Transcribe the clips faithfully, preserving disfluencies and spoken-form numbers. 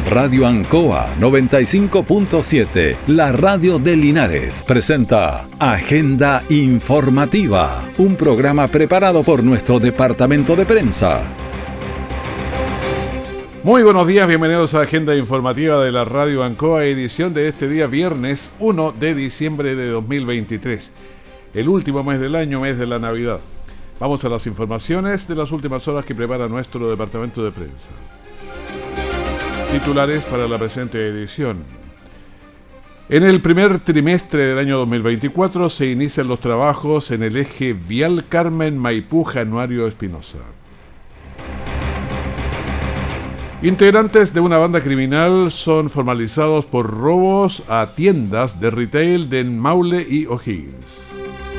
Radio Ancoa noventa y cinco punto siete, la radio de Linares, presenta Agenda Informativa, un programa preparado por nuestro departamento de prensa. Muy buenos días, bienvenidos a Agenda Informativa de la Radio Ancoa, edición de este día viernes uno de diciembre de dos mil veintitrés, el último mes del año, mes de la Navidad. Vamos a las informaciones de las últimas horas que prepara nuestro departamento de prensa. Titulares para la presente edición. En el primer trimestre del año dos mil veinticuatro se inician los trabajos en el eje vial Carmen-Maipú-Januario Espinosa. Integrantes de una banda criminal son formalizados por robos a tiendas de retail de Maule y O'Higgins.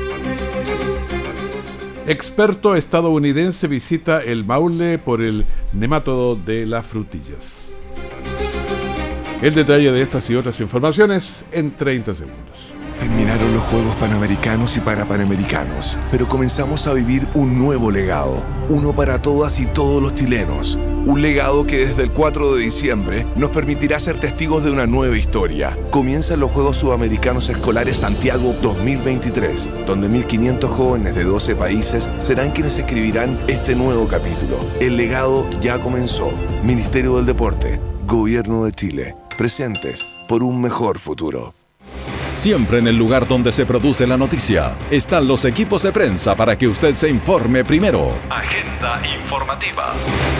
Experto estadounidense visita el Maule por el nemátodo de las frutillas. El detalle de estas y otras informaciones en treinta segundos. Terminaron los Juegos Panamericanos y Parapanamericanos, pero comenzamos a vivir un nuevo legado, uno para todas y todos los chilenos. Un legado que desde el cuatro de diciembre nos permitirá ser testigos de una nueva historia. Comienzan los Juegos Sudamericanos Escolares Santiago dos mil veintitrés, donde mil quinientos jóvenes de doce países serán quienes escribirán este nuevo capítulo. El legado ya comenzó. Ministerio del Deporte, Gobierno de Chile, presentes por un mejor futuro. Siempre en el lugar donde se produce la noticia están los equipos de prensa para que usted se informe primero. Agenda Informativa.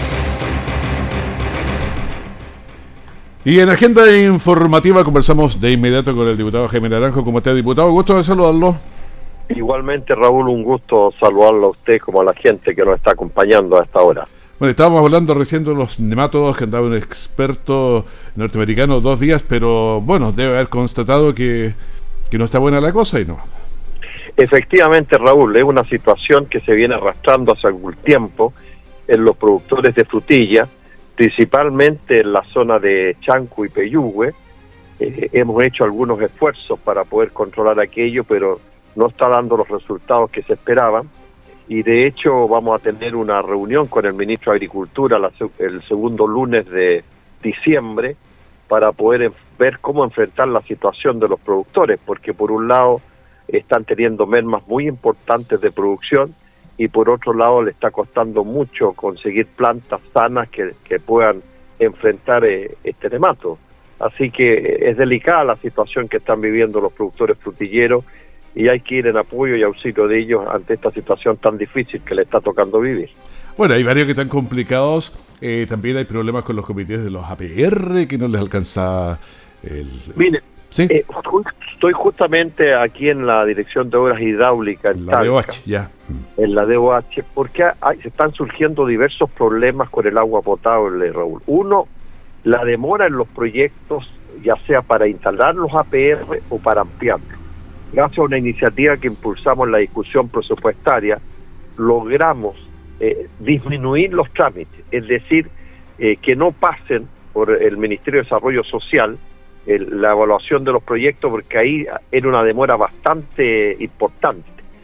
Y en Agenda Informativa conversamos de inmediato con el diputado Jaime Naranjo. ¿Cómo está, diputado? Gusto de saludarlo. Igualmente, Raúl, un gusto saludarlo a usted como a la gente que nos está acompañando a esta hora. Bueno, estábamos hablando recién de los nemátodos que andaba un experto norteamericano dos días, pero bueno, debe haber constatado que, que no está buena la cosa y no. Efectivamente, Raúl, es una situación que se viene arrastrando hace algún tiempo en los productores de frutilla, principalmente en la zona de Chanco y Peyúgue. Eh, hemos hecho algunos esfuerzos para poder controlar aquello, pero no está dando los resultados que se esperaban. Y de hecho vamos a tener una reunión con el ministro de Agricultura la, el segundo lunes de diciembre para poder ver cómo enfrentar la situación de los productores, porque por un lado están teniendo mermas muy importantes de producción y por otro lado le está costando mucho conseguir plantas sanas que, que puedan enfrentar eh, este nemato. Así que es delicada la situación que están viviendo los productores frutilleros y hay que ir en apoyo y auxilio de ellos ante esta situación tan difícil que le está tocando vivir. Bueno, hay varios que están complicados, eh, también hay problemas con los comités de los A P R que no les alcanza el... Mire, ¿sí? eh, estoy justamente aquí en la Dirección de Obras Hidráulicas en la Talca, D O H, ya. En la D O H, porque hay, se están surgiendo diversos problemas con el agua potable, Raúl. Uno, la demora en los proyectos, ya sea para instalar los A P R o para ampliarlos. Gracias a una iniciativa que impulsamos en la discusión presupuestaria, logramos eh, disminuir los trámites, es decir, eh, que no pasen por el Ministerio de Desarrollo Social el, la evaluación de los proyectos, porque ahí era una demora bastante importante.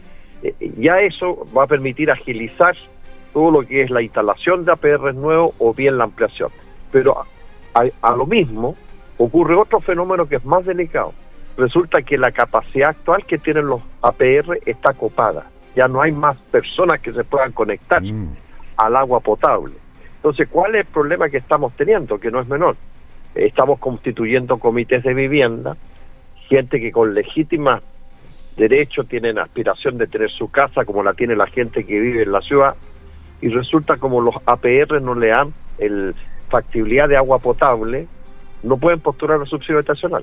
Eh, ya eso va a permitir agilizar todo lo que es la instalación de A P R nuevos o bien la ampliación. Pero a, a lo mismo ocurre otro fenómeno que es más delicado. Resulta que la capacidad actual que tienen los A P R está copada. Ya no hay más personas que se puedan conectar mm. al agua potable. Entonces, ¿cuál es el problema que estamos teniendo? Que no es menor. Estamos constituyendo comités de vivienda, gente que con legítima derecho tienen aspiración de tener su casa, como la tiene la gente que vive en la ciudad, y resulta como los A P R no le dan el factibilidad de agua potable, no pueden postular el subsidio habitacional.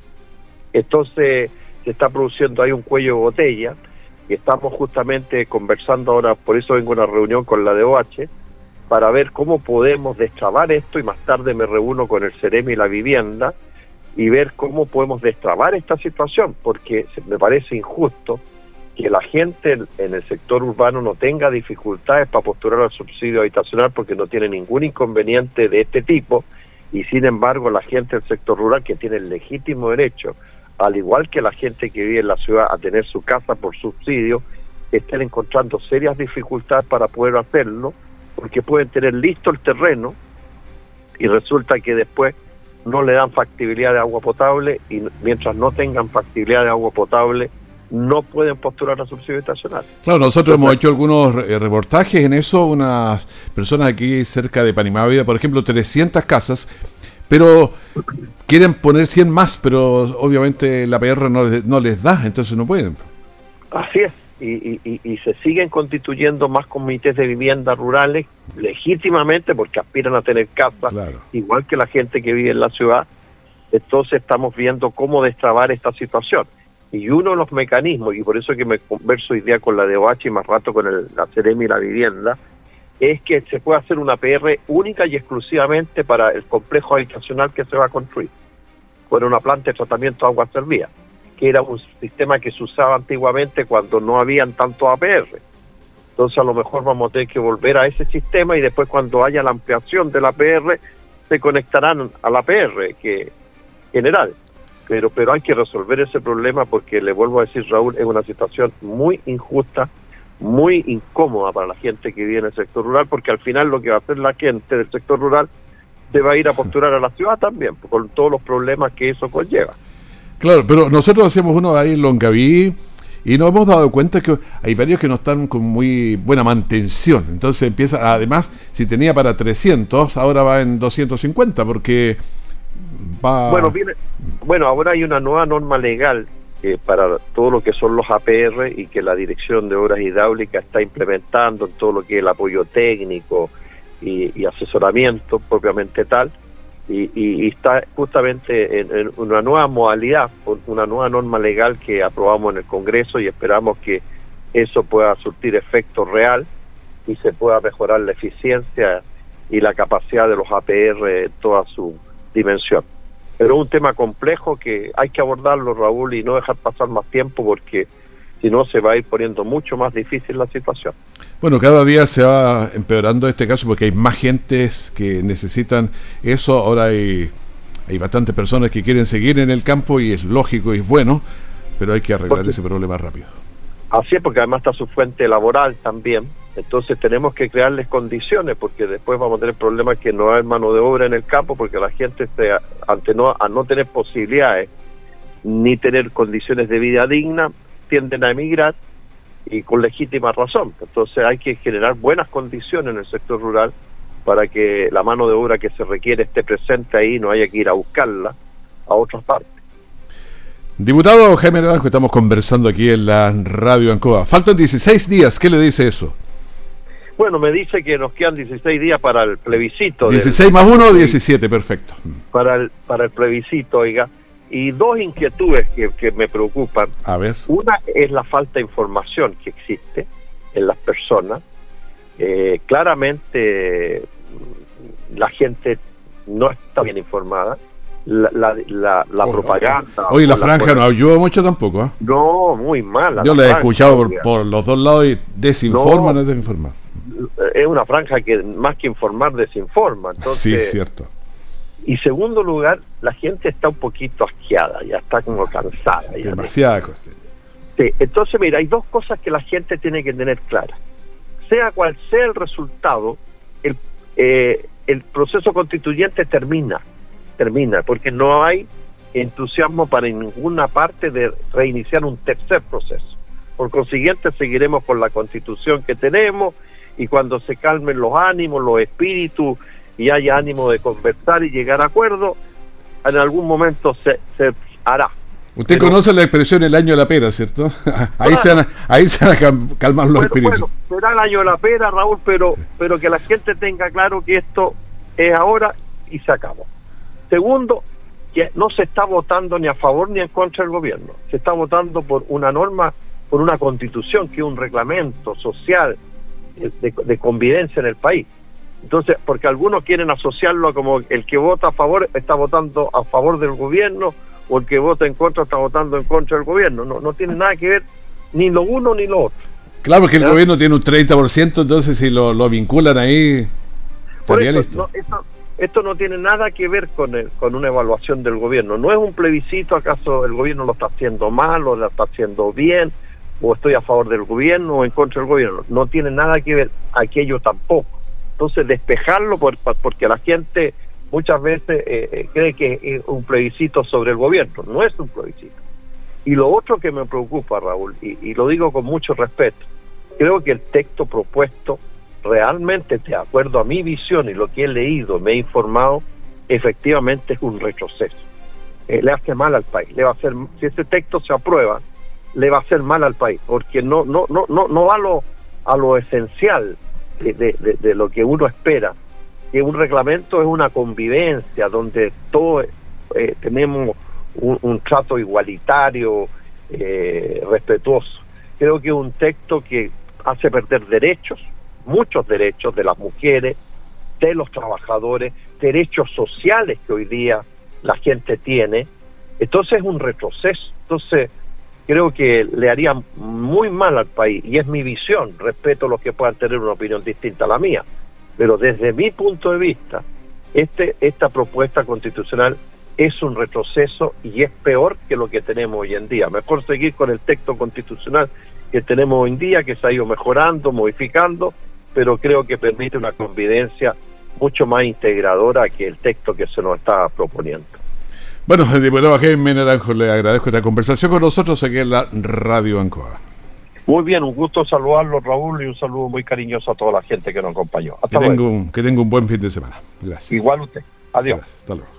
Entonces se está produciendo ahí un cuello de botella que estamos justamente conversando ahora, por eso vengo a una reunión con la D O H para ver cómo podemos destrabar esto y más tarde me reúno con el Ceremi y la vivienda y ver cómo podemos destrabar esta situación, porque me parece injusto que la gente en el sector urbano no tenga dificultades para postular al subsidio habitacional porque no tiene ningún inconveniente de este tipo y sin embargo la gente del sector rural que tiene el legítimo derecho, al igual que la gente que vive en la ciudad, a tener su casa por subsidio, estén encontrando serias dificultades para poder hacerlo, porque pueden tener listo el terreno y resulta que después no le dan factibilidad de agua potable, y mientras no tengan factibilidad de agua potable, no pueden postular a subsidio estacional. Claro, nosotros Entonces, hemos hecho algunos eh, reportajes en eso, unas personas aquí cerca de Panimávida, por ejemplo, trescientas casas, pero quieren poner cien más, pero obviamente la P R no les, no les da, entonces no pueden. Así es, y, y, y se siguen constituyendo más comités de vivienda rurales legítimamente porque aspiran a tener casas, claro, igual que la gente que vive en la ciudad. Entonces estamos viendo cómo destrabar esta situación. Y uno de los mecanismos, y por eso que me converso hoy día con la D O H y más rato con el, la Seremi y la vivienda, es que se puede hacer una P R única y exclusivamente para el complejo habitacional que se va a construir, con una planta de tratamiento de agua servida, que era un sistema que se usaba antiguamente cuando no habían tantos A P R. Entonces a lo mejor vamos a tener que volver a ese sistema y después cuando haya la ampliación de la P R se conectarán a la P R que general. Pero, pero hay que resolver ese problema porque, le vuelvo a decir, Raúl, es una situación muy injusta, muy incómoda para la gente que vive en el sector rural, porque al final lo que va a hacer la gente del sector rural se va a ir a postular a la ciudad también, con todos los problemas que eso conlleva. Claro, pero nosotros hacemos uno ahí en Longaví y nos hemos dado cuenta que hay varios que no están con muy buena mantención. Entonces empieza, además, si tenía para trescientos, ahora va en doscientos cincuenta, porque... Va... Bueno, viene, bueno, ahora hay una nueva norma legal eh, para todo lo que son los A P R y que la Dirección de Obras Hidráulicas está implementando en todo lo que es el apoyo técnico y, y asesoramiento propiamente tal, y, y, y está justamente en, en una nueva modalidad, una nueva norma legal que aprobamos en el Congreso y esperamos que eso pueda surtir efecto real y se pueda mejorar la eficiencia y la capacidad de los A P R en toda su dimensión. Pero es un tema complejo que hay que abordarlo, Raúl, y no dejar pasar más tiempo porque si no se va a ir poniendo mucho más difícil la situación. Bueno, cada día se va empeorando este caso porque hay más gentes que necesitan eso. Ahora hay, hay bastantes personas que quieren seguir en el campo y es lógico y es bueno, pero hay que arreglar porque, ese problema rápido. Así es, porque además está su fuente laboral también. Entonces tenemos que crearles condiciones porque después vamos a tener problemas que no hay mano de obra en el campo porque la gente se, ante no, a no tener posibilidades ni tener condiciones de vida dignas tienden a emigrar y con legítima razón. Entonces hay que generar buenas condiciones en el sector rural para que la mano de obra que se requiere esté presente ahí y no haya que ir a buscarla a otras partes. Diputado Jaime Naranjo, estamos conversando aquí en la Radio Ancoa. Faltan dieciséis días, ¿qué le dice eso? Bueno, me dice que nos quedan dieciséis días para el plebiscito. dieciséis del, más uno o diecisiete, perfecto. Para el, para el plebiscito, oiga. Y dos inquietudes que, que me preocupan. A ver. Una es la falta de información que existe en las personas. Eh, claramente la gente no está bien informada. La, la, la, la oh, propaganda. Oye, la franja la no ayuda mucho tampoco, ¿eh? No, muy mala. Yo la, la he escuchado por, por los dos lados y desinforman, no, es desinformar. Es una franja que más que informar, desinforma. Entonces, sí, es cierto. Y segundo lugar, la gente está un poquito asqueada, ya está como cansada. Demasiada cosa. Sí, entonces mira, hay dos cosas que la gente tiene que tener claras. Sea cual sea el resultado, el, eh, el proceso constituyente termina. termina, porque no hay entusiasmo para en ninguna parte de reiniciar un tercer proceso. Por consiguiente, seguiremos con la constitución que tenemos y cuando se calmen los ánimos, los espíritus y haya ánimo de conversar y llegar a acuerdo, en algún momento se, se hará. Usted Pero, conoce la expresión el año de la pera, ¿cierto? Ahí, se van a, ahí se van a calmar los bueno, espíritus. Bueno, será el año de la pera, Raúl, pero, pero que la gente tenga claro que esto es ahora y se acabó. Segundo, que no se está votando ni a favor ni en contra del gobierno. Se está votando por una norma, por una constitución que es un reglamento social de, de convivencia en el país. Entonces, porque algunos quieren asociarlo como el que vota a favor está votando a favor del gobierno o el que vota en contra está votando en contra del gobierno. No, no tiene nada que ver ni lo uno ni lo otro. Claro, porque el ¿Ya? gobierno tiene un treinta por ciento, entonces si lo, lo vinculan ahí, sería eso, listo. No, eso, Esto no tiene nada que ver con el, con una evaluación del gobierno. No es un plebiscito, acaso el gobierno lo está haciendo mal o lo está haciendo bien, o estoy a favor del gobierno o en contra del gobierno. No tiene nada que ver aquello tampoco. Entonces despejarlo por, porque la gente muchas veces eh, cree que es un plebiscito sobre el gobierno. No es un plebiscito. Y lo otro que me preocupa, Raúl, y, y lo digo con mucho respeto, creo que el texto propuesto realmente, de acuerdo a mi visión y lo que he leído, me he informado, efectivamente es un retroceso. Eh, le hace mal al país. Le va a hacer, si ese texto se aprueba, le va a hacer mal al país, porque no no no no no va a lo a lo esencial de, de, de, de lo que uno espera. Que un reglamento es una convivencia donde todos eh, tenemos un, un trato igualitario, eh, respetuoso. Creo que es un texto que hace perder derechos, muchos derechos de las mujeres, de los trabajadores, derechos sociales que hoy día la gente tiene. Entonces es un retroceso. Entonces creo que le haría muy mal al país, y es mi visión. Respeto a los que puedan tener una opinión distinta a la mía, pero desde mi punto de vista, este esta propuesta constitucional es un retroceso y es peor que lo que tenemos hoy en día. Mejor seguir con el texto constitucional que tenemos hoy en día, que se ha ido mejorando, modificando, pero creo que permite una convivencia mucho más integradora que el texto que se nos está proponiendo. Bueno, diputado Jaime Naranjo, le agradezco esta conversación con nosotros aquí en la Radio Ancoa. Muy bien, un gusto saludarlo, Raúl, y un saludo muy cariñoso a toda la gente que nos acompañó. Hasta que, luego. tengo un, que tenga un buen fin de semana. Gracias. Igual usted. Adiós. Gracias. Hasta luego.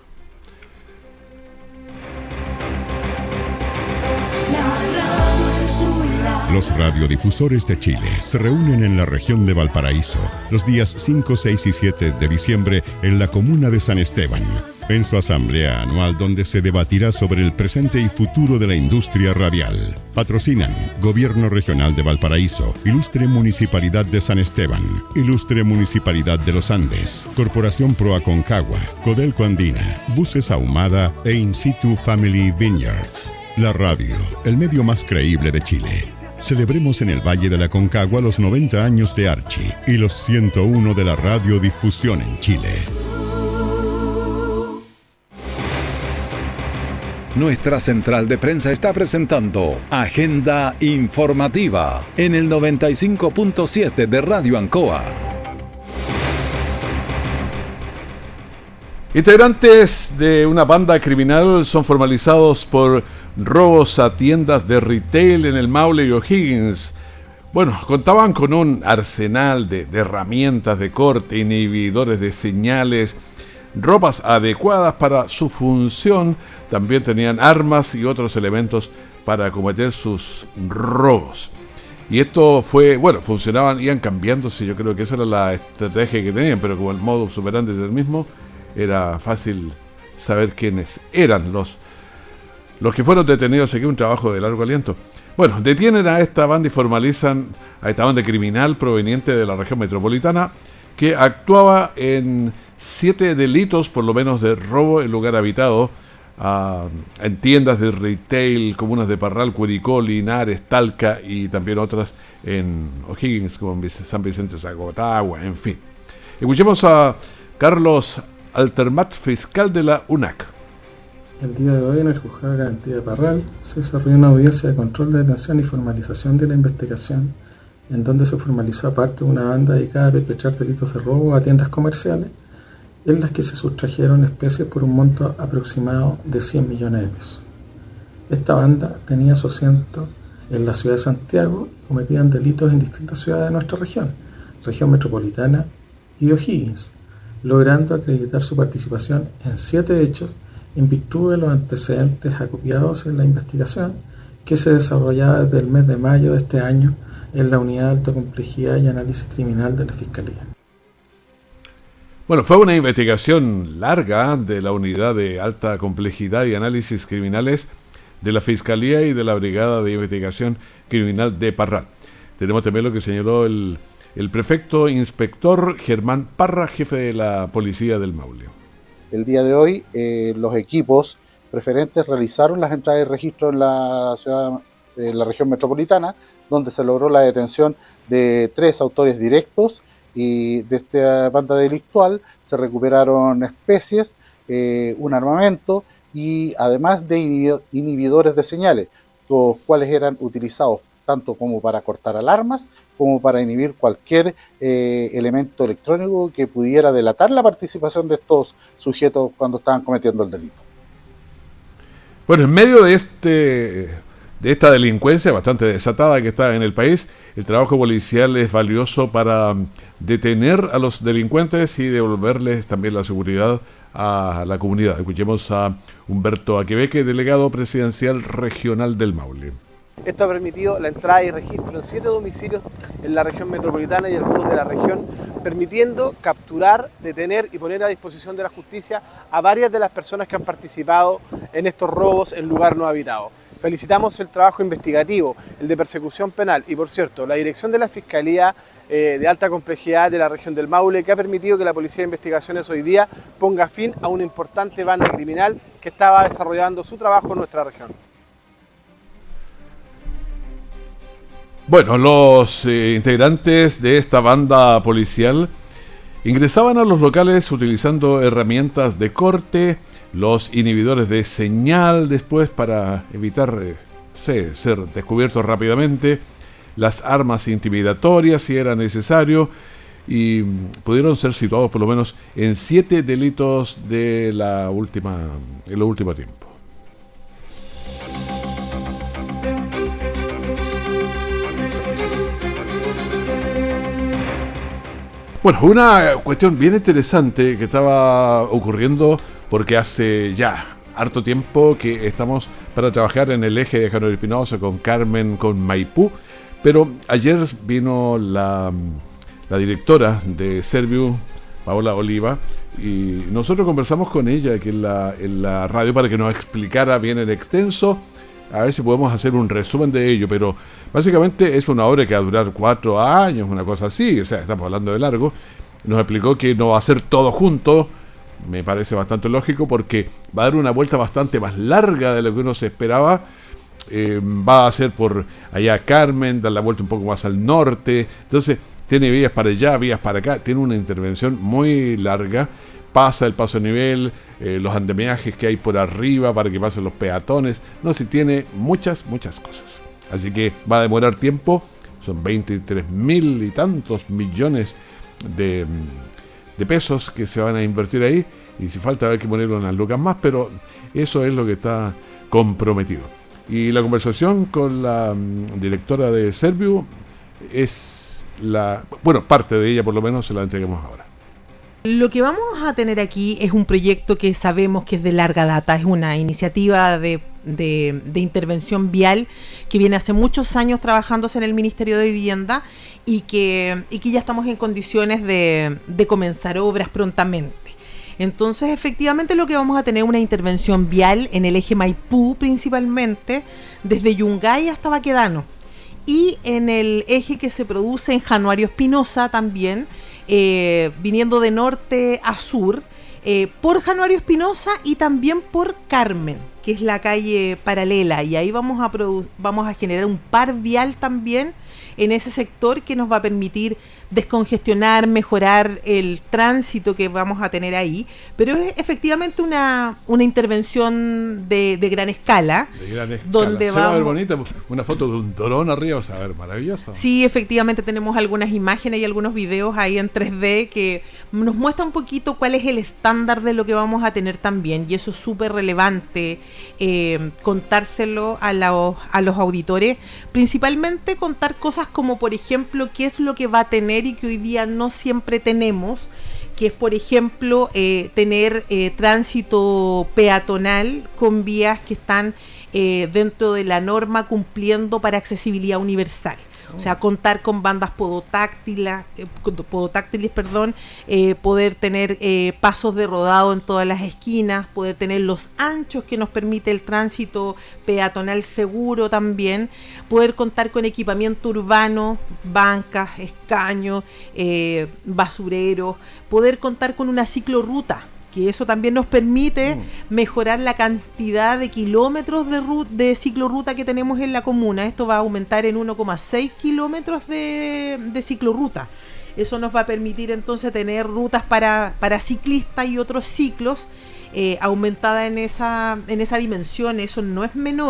Los radiodifusores de Chile se reúnen en la región de Valparaíso los días cinco, seis y siete de diciembre en la comuna de San Esteban, en su asamblea anual donde se debatirá sobre el presente y futuro de la industria radial. Patrocinan Gobierno Regional de Valparaíso, Ilustre Municipalidad de San Esteban, Ilustre Municipalidad de los Andes, Corporación Pro Aconcagua, Codelco Andina, Buses Ahumada e In Situ Family Vineyards. La radio, el medio más creíble de Chile. Celebremos en el Valle de la Aconcagua los noventa años de Archi y los ciento uno de la radiodifusión en Chile. Nuestra central de prensa está presentando Agenda Informativa en el noventa y cinco punto siete de Radio Ancoa. Integrantes de una banda criminal son formalizados por robos a tiendas de retail en el Maule y O'Higgins. Bueno, contaban con un arsenal de, de herramientas de corte, inhibidores de señales, ropas adecuadas para su función. También tenían armas y otros elementos para cometer sus robos. Y esto fue, bueno, funcionaban, iban cambiándose. Yo creo que esa era la estrategia que tenían, pero como el modus operandi del mismo, era fácil saber quiénes eran los Los que fueron detenidos. Aquí un trabajo de largo aliento. Bueno, detienen a esta banda y formalizan a esta banda criminal proveniente de la región metropolitana que actuaba en siete delitos, por lo menos, de robo en lugar habitado, uh, en tiendas de retail, comunas de Parral, Curicó, Linares, Talca y también otras en O'Higgins, como en San Vicente de Sagotagua, en fin. Escuchemos a Carlos Altermat, fiscal de la U N A C. El día de hoy, en el Juzgado de Garantía de Parral, se desarrolló una audiencia de control de detención y formalización de la investigación, en donde se formalizó aparte una banda dedicada a perpetrar delitos de robo a tiendas comerciales, en las que se sustrajeron especies por un monto aproximado de cien millones de pesos. Esta banda tenía su asiento en la ciudad de Santiago y cometían delitos en distintas ciudades de nuestra región, región metropolitana y de O'Higgins, logrando acreditar su participación en siete hechos en virtud de los antecedentes acopiados en la investigación que se desarrollaba desde el mes de mayo de este año en la Unidad de Alta Complejidad y Análisis Criminal de la Fiscalía. Bueno, fue una investigación larga de la Unidad de Alta Complejidad y Análisis Criminales de la Fiscalía y de la Brigada de Investigación Criminal de Parral. Tenemos también lo que señaló el, el prefecto inspector Germán Parra, jefe de la Policía del Maule. El día de hoy, eh, los equipos preferentes realizaron las entradas y registros en la ciudad, en la región metropolitana, donde se logró la detención de tres autores directos y de esta banda delictual. Se recuperaron especies, eh, un armamento y además de inhibidores de señales, los cuales eran utilizados tanto como para cortar alarmas, como para inhibir cualquier eh, elemento electrónico que pudiera delatar la participación de estos sujetos cuando estaban cometiendo el delito. Bueno, en medio de este de esta delincuencia bastante desatada que está en el país, el trabajo policial es valioso para detener a los delincuentes y devolverles también la seguridad a la comunidad. Escuchemos a Humberto Aquebeque, delegado presidencial regional del Maule. Esto ha permitido la entrada y registro en siete domicilios en la región metropolitana y algunos de la región, permitiendo capturar, detener y poner a disposición de la justicia a varias de las personas que han participado en estos robos en lugar no habitado. Felicitamos el trabajo investigativo, el de persecución penal y, por cierto, la dirección de la Fiscalía eh, de Alta Complejidad de la región del Maule, que ha permitido que la Policía de Investigaciones hoy día ponga fin a una importante banda criminal que estaba desarrollando su trabajo en nuestra región. Bueno, los eh, integrantes de esta banda policial ingresaban a los locales utilizando herramientas de corte, los inhibidores de señal después para evitar eh, ser, ser descubiertos rápidamente, las armas intimidatorias si era necesario, y pudieron ser situados por lo menos en siete delitos de la última, en el último tiempo. Bueno, una cuestión bien interesante que estaba ocurriendo, porque hace ya harto tiempo que estamos para trabajar en el eje de Januario Espinosa con Carmen, con Maipú, pero ayer vino la, la directora de Serviu, Paola Oliva, y nosotros conversamos con ella aquí en la, en la radio para que nos explicara bien en extenso, a ver si podemos hacer un resumen de ello, pero básicamente es una obra que va a durar cuatro años, una cosa así, o sea, estamos hablando de largo. Nos explicó que no va a ser todo junto, me parece bastante lógico, porque va a dar una vuelta bastante más larga de lo que uno se esperaba. Eh, va a ser por allá Carmen, dar la vuelta un poco más al norte, entonces tiene vías para allá, vías para acá, tiene una intervención muy larga. Pasa el paso a nivel, eh, los andamiajes que hay por arriba para que pasen los peatones. No, si tiene muchas, muchas cosas. Así que va a demorar tiempo. Son veintitrés mil y tantos millones de, de pesos que se van a invertir ahí. Y si falta haber que ponerle unas lucas más, pero eso es lo que está comprometido. Y la conversación con la um, directora de Serviu es la... Bueno, parte de ella por lo menos se la entregamos ahora. Lo que vamos a tener aquí es un proyecto que sabemos que es de larga data, es una iniciativa de, de, de intervención vial que viene hace muchos años trabajándose en el Ministerio de Vivienda y que, y que ya estamos en condiciones de, de comenzar obras prontamente. Entonces, efectivamente, lo que vamos a tener es una intervención vial en el eje Maipú principalmente, desde Yungay hasta Baquedano, y en el eje que se produce en Januario Espinosa también, Eh, viniendo de norte a sur, eh, por Januario Espinosa y también por Carmen, que es la calle paralela, y ahí vamos a, produ- vamos a generar un par vial también en ese sector que nos va a permitir descongestionar, mejorar el tránsito que vamos a tener ahí, pero es efectivamente una, una intervención de, de gran escala. De gran escala. Donde Se vamos... va a ver bonita, una foto de un dron arriba, o sea, a ver, maravillosa. Sí, efectivamente tenemos algunas imágenes y algunos videos ahí en tres D que nos muestra un poquito cuál es el estándar de lo que vamos a tener también, y eso es súper relevante eh, contárselo a los, a los auditores, principalmente contar cosas como, por ejemplo, qué es lo que va a tener y que hoy día no siempre tenemos, que es, por ejemplo, eh, tener eh, tránsito peatonal con vías que están eh, dentro de la norma cumpliendo para accesibilidad universal. O sea, contar con bandas podotáctiles, eh, podotáctiles, perdón, eh, poder tener eh, pasos de rodado en todas las esquinas, poder tener los anchos que nos permite el tránsito peatonal seguro también, poder contar con equipamiento urbano, bancas, escaños, eh, basureros, poder contar con una ciclorruta, que eso también nos permite mm. mejorar la cantidad de kilómetros de, ru- de ciclorruta que tenemos en la comuna. Esto va a aumentar en uno coma seis kilómetros de, de ciclorruta. Eso nos va a permitir entonces tener rutas para, para ciclistas y otros ciclos eh, aumentada en esa, en esa dimensión. Eso no es menor.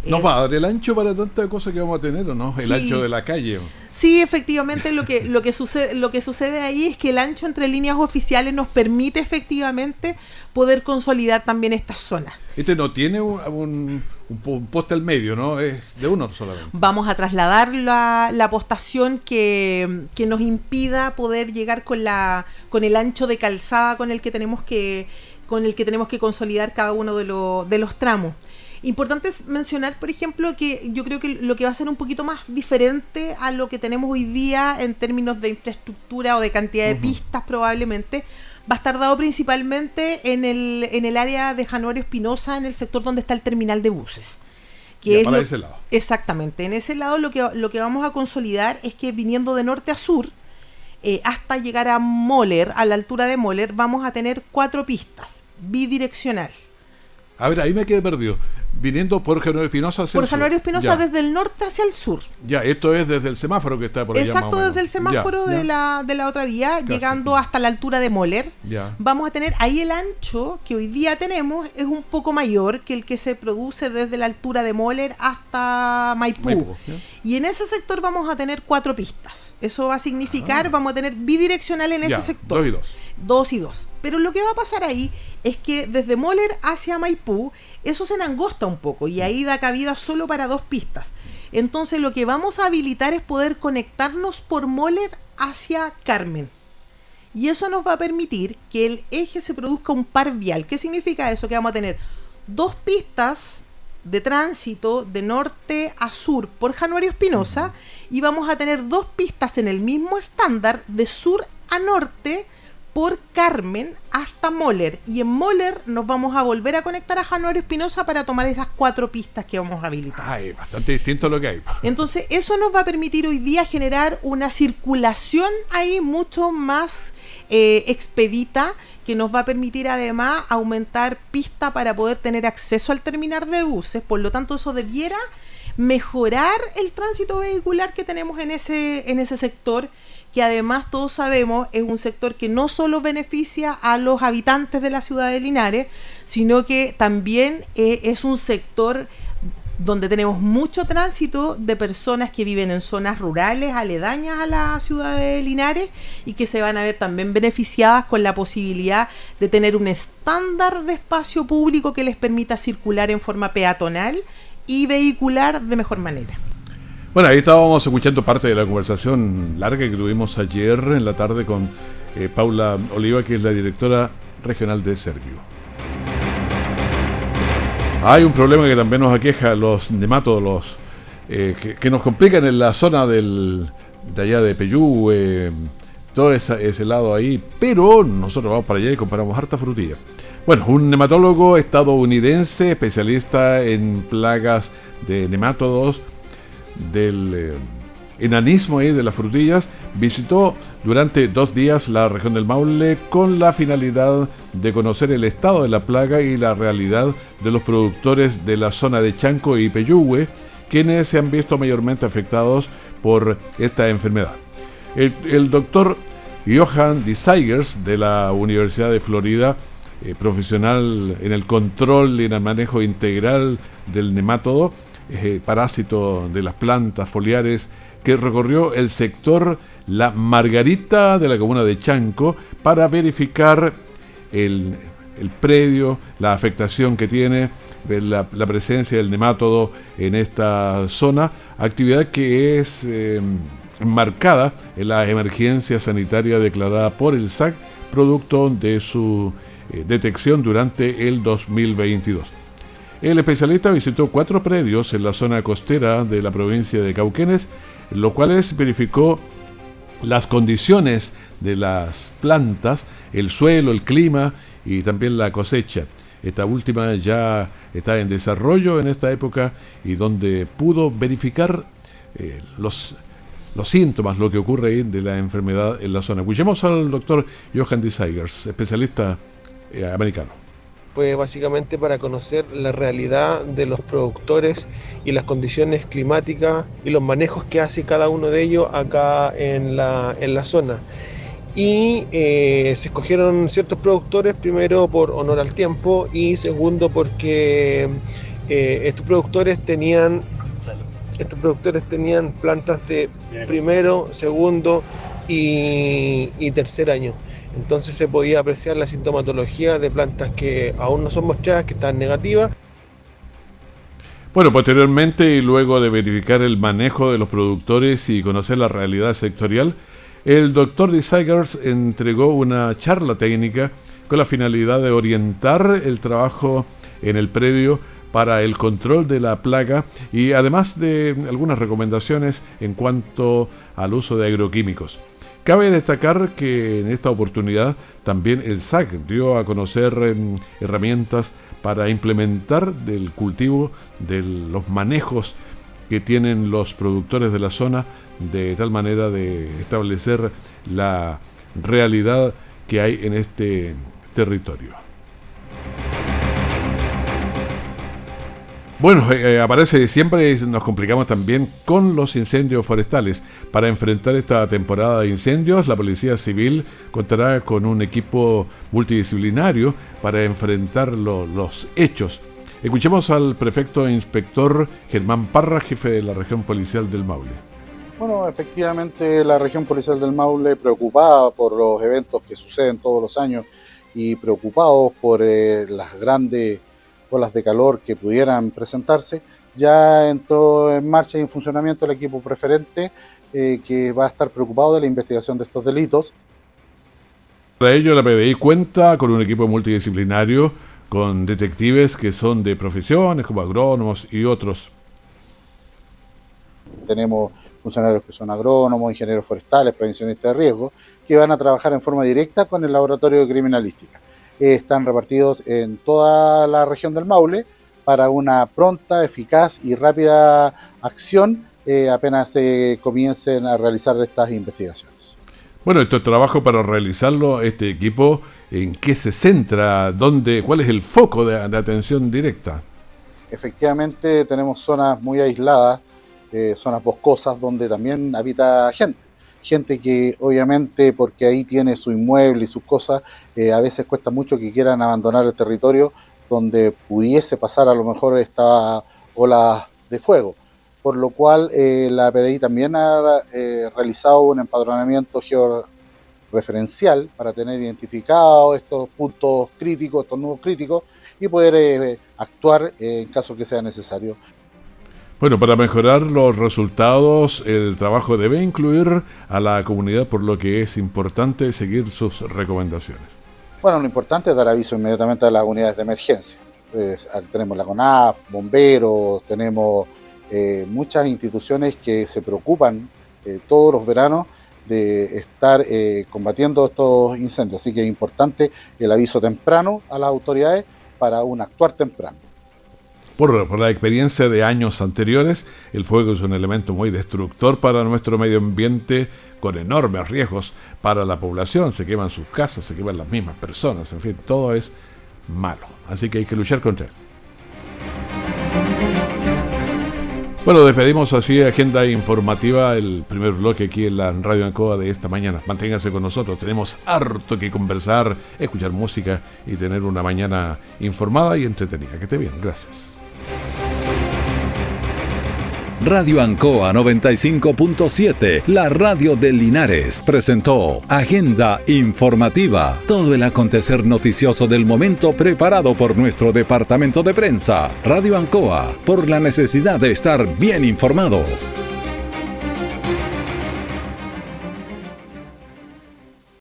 ¿Nos Eh, va a dar el ancho para tanta cosa que vamos a tener o no? El Sí. ancho de la calle. Sí, efectivamente lo que, lo que sucede, lo que sucede ahí es que el ancho entre líneas oficiales nos permite efectivamente poder consolidar también estas zonas. Este no tiene un, un, un po- un poste al medio, ¿no? Es de uno solamente. Vamos a trasladar la, la postación que, que nos impida poder llegar con la con el ancho de calzada con el que tenemos que con el que tenemos que consolidar cada uno de, lo, de los tramos. Importante es mencionar, por ejemplo, que yo creo que lo que va a ser un poquito más diferente a lo que tenemos hoy día en términos de infraestructura o de cantidad de Ujú. pistas probablemente, va a estar dado principalmente en el, en el área de Januario Espinosa, en el sector donde está el terminal de buses. Ya, es para lo- ese lado. Exactamente, en ese lado lo que, lo que vamos a consolidar es que viniendo de norte a sur, eh, hasta llegar a Moller, a la altura de Moller, vamos a tener cuatro pistas, bidireccional. A ver, ahí me quedé perdido. Viniendo por Januario Espinosa hacia Por el sur. Januario Espinosa Ya. desde el norte hacia el sur. Ya, esto es desde el semáforo que está por allá. Exacto, más o menos. desde el semáforo Ya, de, ya. la, de la otra vía, Casi. llegando hasta la altura de Moller. Ya. Vamos a tener ahí el ancho que hoy día tenemos es un poco mayor que el que se produce desde la altura de Moller hasta Maipú. Maipú, ya. Y en ese sector vamos a tener cuatro pistas. Eso va a significar, vamos a tener bidireccional en Ya, ese sector. dos y dos. Dos y dos. Pero lo que va a pasar ahí es que desde Moller hacia Maipú, eso se enangosta un poco y ahí da cabida solo para dos pistas. Entonces lo que vamos a habilitar es poder conectarnos por Moller hacia Carmen. Y eso nos va a permitir que el eje se produzca un par vial. ¿Qué significa eso? Que vamos a tener dos pistas de tránsito de norte a sur por Januario Espinosa y vamos a tener dos pistas en el mismo estándar de sur a norte por Carmen hasta Moller. Y en Moller nos vamos a volver a conectar a Januario Espinosa para tomar esas cuatro pistas que vamos a habilitar. Ay, bastante distinto a lo que hay. Entonces eso nos va a permitir hoy día generar una circulación ahí mucho más eh, expedita, que nos va a permitir además aumentar pista para poder tener acceso al terminal de buses. Por lo tanto, eso debiera mejorar el tránsito vehicular que tenemos en ese, en ese sector, que además todos sabemos es un sector que no solo beneficia a los habitantes de la ciudad de Linares, sino que también eh, es un sector donde tenemos mucho tránsito de personas que viven en zonas rurales aledañas a la ciudad de Linares y que se van a ver también beneficiadas con la posibilidad de tener un estándar de espacio público que les permita circular en forma peatonal y vehicular de mejor manera. Bueno, ahí estábamos escuchando parte de la conversación larga que tuvimos ayer en la tarde con eh, Paula Oliva, que es la directora regional de Servio. Hay un problema que también nos aqueja, los nematodos, los, eh, que, que nos complican en la zona del, de allá de Peyú, eh, todo esa, ese lado ahí, pero nosotros vamos para allá y compramos harta frutilla. Bueno, un nematólogo estadounidense, especialista en plagas de nemátodos, del eh, enanismo ahí de las frutillas, visitó durante dos días la región del Maule con la finalidad de conocer el estado de la plaga y la realidad de los productores de la zona de Chanco y Peyúgue, quienes se han visto mayormente afectados por esta enfermedad. El, el doctor Johan Dysagers de la Universidad de Florida, eh, profesional en el control y en el manejo integral del nemátodo, eh, parásito de las plantas foliares, que recorrió el sector La Margarita de la comuna de Chanco para verificar el, el predio, la afectación que tiene, la, la presencia del nemátodo en esta zona, actividad que es eh, enmarcada en la emergencia sanitaria declarada por el S A C, producto de su eh, detección durante el dos mil veintidós. El especialista visitó cuatro predios en la zona costera de la provincia de Cauquenes, los cuales verificó las condiciones de las plantas, el suelo, el clima y también la cosecha. Esta última ya está en desarrollo en esta época y donde pudo verificar eh, los, los síntomas, lo que ocurre ahí de la enfermedad en la zona. Escuchemos al doctor Johan Dysagers, especialista eh, americano. Fue básicamente para conocer la realidad de los productores y las condiciones climáticas y los manejos que hace cada uno de ellos acá en la, en la zona. Y eh, se escogieron ciertos productores, primero por honor al tiempo y segundo porque Eh, estos productores tenían estos productores tenían plantas de primero, segundo y, y tercer año. Entonces se podía apreciar la sintomatología de plantas que aún no son mostradas, que están negativas. Bueno, posteriormente y luego de verificar el manejo de los productores y conocer la realidad sectorial, el doctor Dysagers entregó una charla técnica con la finalidad de orientar el trabajo en el predio para el control de la plaga y además de algunas recomendaciones en cuanto al uso de agroquímicos. Cabe destacar que en esta oportunidad también el S A C dio a conocer eh, herramientas para implementar del cultivo de los manejos que tienen los productores de la zona, de tal manera de establecer la realidad que hay en este territorio. Bueno, eh, aparece siempre, nos complicamos también con los incendios forestales. Para enfrentar esta temporada de incendios, la Policía Civil contará con un equipo multidisciplinario para enfrentar lo, los hechos. Escuchemos al prefecto e inspector Germán Parra, jefe de la región policial del Maule. Bueno, efectivamente la región policial del Maule, preocupada por los eventos que suceden todos los años y preocupados por eh, las grandes olas de calor que pudieran presentarse, ya entró en marcha y en funcionamiento el equipo preferente eh, que va a estar preocupado de la investigación de estos delitos. Para ello la P D I cuenta con un equipo multidisciplinario con detectives que son de profesiones como agrónomos y otros. Tenemos funcionarios que son agrónomos, ingenieros forestales, prevencionistas de riesgo, que van a trabajar en forma directa con el laboratorio de criminalística. Están repartidos en toda la región del Maule para una pronta, eficaz y rápida acción eh, apenas se eh, comiencen a realizar estas investigaciones. Bueno, este trabajo para realizarlo, este equipo, ¿en qué se centra? ¿Dónde, cuál es el foco de, de atención directa? Efectivamente tenemos zonas muy aisladas, eh, zonas boscosas donde también habita gente. Gente que obviamente, porque ahí tiene su inmueble y sus cosas, eh, a veces cuesta mucho que quieran abandonar el territorio donde pudiese pasar a lo mejor esta ola de fuego. Por lo cual eh, la P D I también ha eh, realizado un empadronamiento georreferencial para tener identificados estos puntos críticos, estos nudos críticos, y poder eh, actuar eh, en caso que sea necesario. Bueno, para mejorar los resultados, el trabajo debe incluir a la comunidad, por lo que es importante seguir sus recomendaciones. Bueno, lo importante es dar aviso inmediatamente a las unidades de emergencia. Eh, tenemos la CONAF, bomberos, tenemos eh, muchas instituciones que se preocupan eh, todos los veranos de estar eh, combatiendo estos incendios. Así que es importante el aviso temprano a las autoridades para un actuar temprano. Por, por la experiencia de años anteriores, el fuego es un elemento muy destructor para nuestro medio ambiente, con enormes riesgos para la población. Se queman sus casas, se queman las mismas personas, en fin, todo es malo. Así que hay que luchar contra él. Bueno, despedimos así Agenda Informativa, el primer bloque aquí en la Radio Ancoa de esta mañana. Manténganse con nosotros, tenemos harto que conversar, escuchar música y tener una mañana informada y entretenida. Que esté bien, gracias. Radio Ancoa noventa y cinco punto siete, la radio de Linares, presentó Agenda Informativa, todo el acontecer noticioso del momento preparado por nuestro departamento de prensa. Radio Ancoa, por la necesidad de estar bien informado.